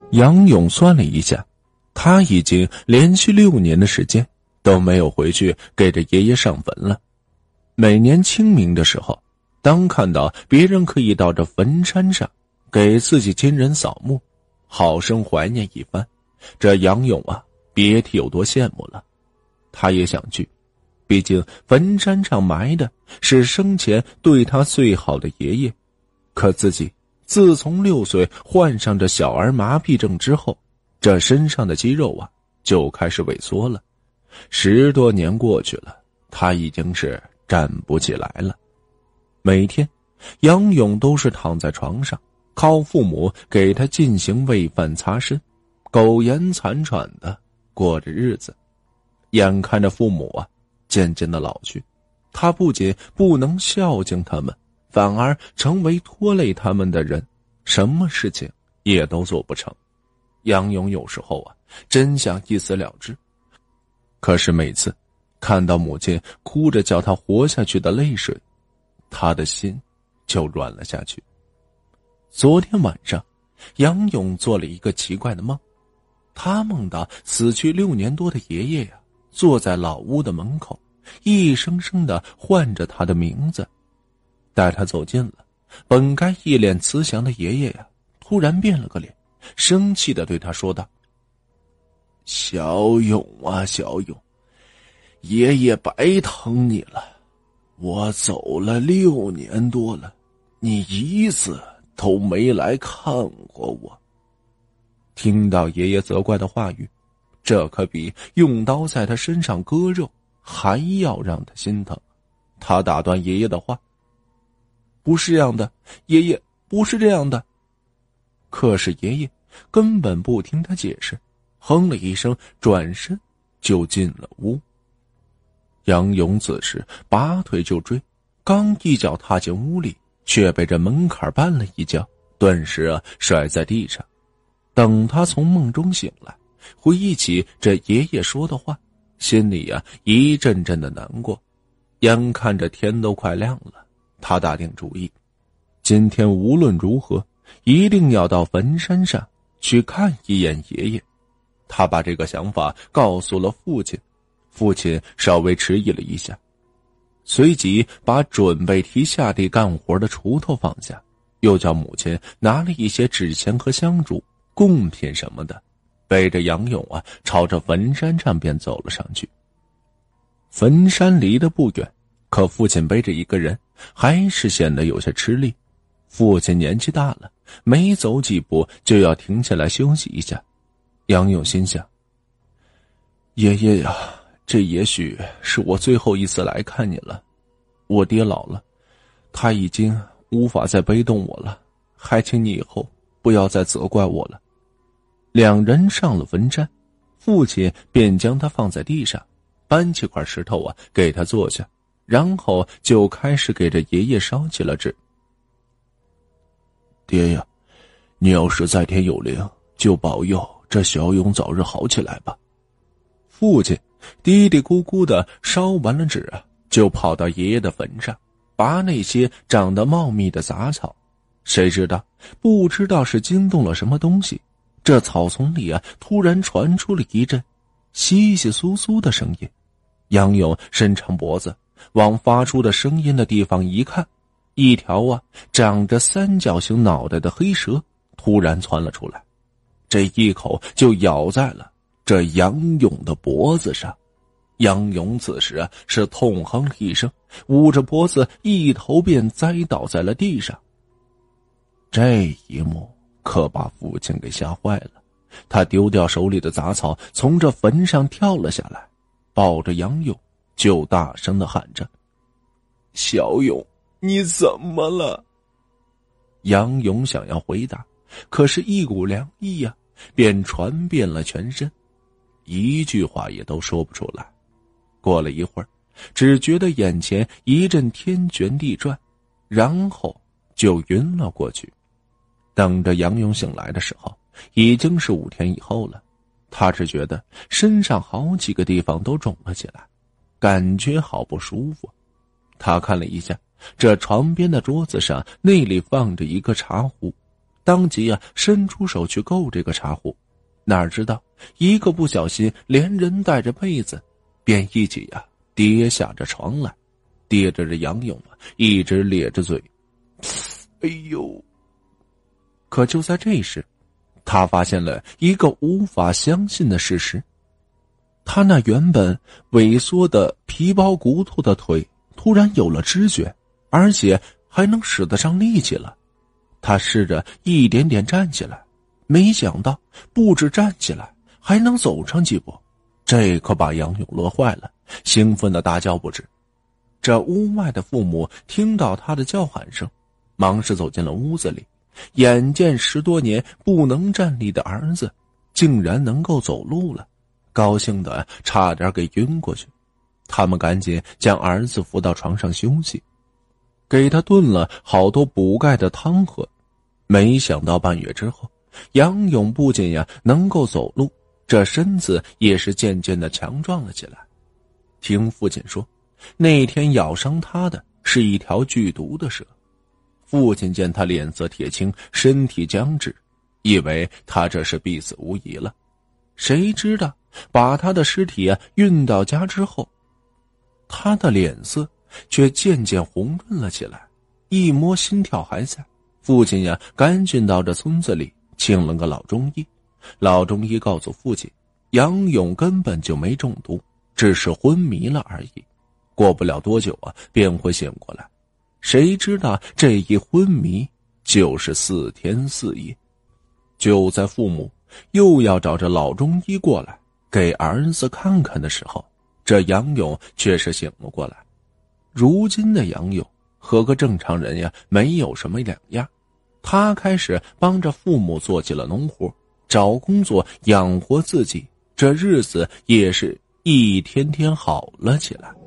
杨勇算了一下，他已经连续6年的时间都没有回去给这爷爷上坟了。每年清明的时候，当看到别人可以到这坟山上给自己亲人扫墓，好生怀念一番，这杨勇啊，别提有多羡慕了。他也想去，毕竟坟山上埋的是生前对他最好的爷爷。可自己自从6岁患上这小儿麻痹症之后，这身上的肌肉啊就开始萎缩了。10多年过去了，他已经是站不起来了。每天杨勇都是躺在床上，靠父母给他进行喂饭擦身，苟延残喘的过着日子。眼看着父母啊渐渐的老去，他不仅不能孝敬他们，反而成为拖累他们的人，什么事情也都做不成。杨勇有时候啊真想一死了之，可是每次看到母亲哭着叫他活下去的泪水，他的心就软了下去。昨天晚上杨勇做了一个奇怪的梦，他梦到死去6年多的爷爷呀坐在老屋的门口，一声声地唤着他的名字。待他走近了，本该一脸慈祥的爷爷呀突然变了个脸，生气地对他说道：小勇啊小勇，爷爷白疼你了，我走了6年多了，你一次都没来看过我。听到爷爷责怪的话语，这可比用刀在他身上割肉还要让他心疼。他打断爷爷的话：不是这样的，爷爷，不是这样的。可是爷爷根本不听他解释，哼了一声，转身就进了屋。杨勇此时拔腿就追，刚一脚踏进屋里，却被这门槛绊了一跤，顿时啊摔在地上。等他从梦中醒来，回忆起这爷爷说的话，心里啊一阵阵的难过。眼看着天都快亮了，他打定主意，今天无论如何一定要到坟山上去看一眼爷爷。他把这个想法告诉了父亲，父亲稍微迟疑了一下，随即把准备提下地干活的锄头放下，又叫母亲拿了一些纸钱和香烛贡品什么的，背着杨勇啊朝着坟山上便走了上去。坟山离得不远，可父亲背着一个人还是显得有些吃力。父亲年纪大了，没走几步就要停下来休息一下。杨勇心想，爷爷呀，这也许是我最后一次来看你了。我爹老了，他已经无法再背动我了，还请你以后不要再责怪我了。两人上了坟山，父亲便将他放在地上，搬起块石头啊给他坐下，然后就开始给这爷爷烧起了纸。爹呀，你要是在天有灵，就保佑这小勇早日好起来吧。父亲嘀嘀咕咕的烧完了纸啊，就跑到爷爷的坟上，拔那些长得茂密的杂草。谁知道不知道是惊动了什么东西，这草丛里啊突然传出了一阵窸窸窣窣的声音。杨勇伸长脖子往发出的声音的地方一看，一条啊长着三角形脑袋的黑蛇突然窜了出来，这一口就咬在了这杨勇的脖子上。杨勇此时啊是痛哼一声，捂着脖子一头便栽倒在了地上。这一幕可把父亲给吓坏了，他丢掉手里的杂草，从这坟上跳了下来，抱着杨勇就大声地喊着：小勇，你怎么了？杨勇想要回答，可是一股凉意呀便传遍了全身，一句话也都说不出来。过了一会儿，只觉得眼前一阵天旋地转，然后就晕了过去。等着杨勇醒来的时候，已经是5天以后了。他只觉得身上好几个地方都肿了起来，感觉好不舒服。他看了一下这床边的桌子上，那里放着一个茶壶， 当即伸出手去够这个茶壶，哪知道一个不小心，连人带着被子便一起跌下着床来，跌着这杨勇一直咧着嘴，哎呦！可就在这时，他发现了一个无法相信的事实，他那原本萎缩的皮包骨头的腿突然有了知觉，而且还能使得上力气了。他试着一点点站起来，没想到不止站起来，还能走上几步，这可把杨勇乐坏了，兴奋的大叫不止。这屋外的父母听到他的叫喊声，忙是走进了屋子里，眼见10多年不能站立的儿子竟然能够走路了，高兴的差点给晕过去。他们赶紧将儿子扶到床上休息，给他炖了好多补钙的汤喝。没想到半月之后，杨勇不仅能够走路，这身子也是渐渐的强壮了起来。听父亲说，那天咬伤他的是一条剧毒的蛇。父亲见他脸色铁青，身体僵直，以为他这是必死无疑了。谁知道把他的尸体运到家之后，他的脸色却渐渐红润了起来，一摸心跳还在。父亲赶紧到这村子里请了个老中医。老中医告诉父亲，杨勇根本就没中毒，只是昏迷了而已，过不了多久便会醒过来。谁知道这一昏迷就是4天4夜。就在父母又要找着老中医过来给儿子看看的时候，这杨勇却是醒了过来。如今的杨勇和个正常人没有什么两样，他开始帮着父母做起了农活，找工作养活自己，这日子也是一天天好了起来。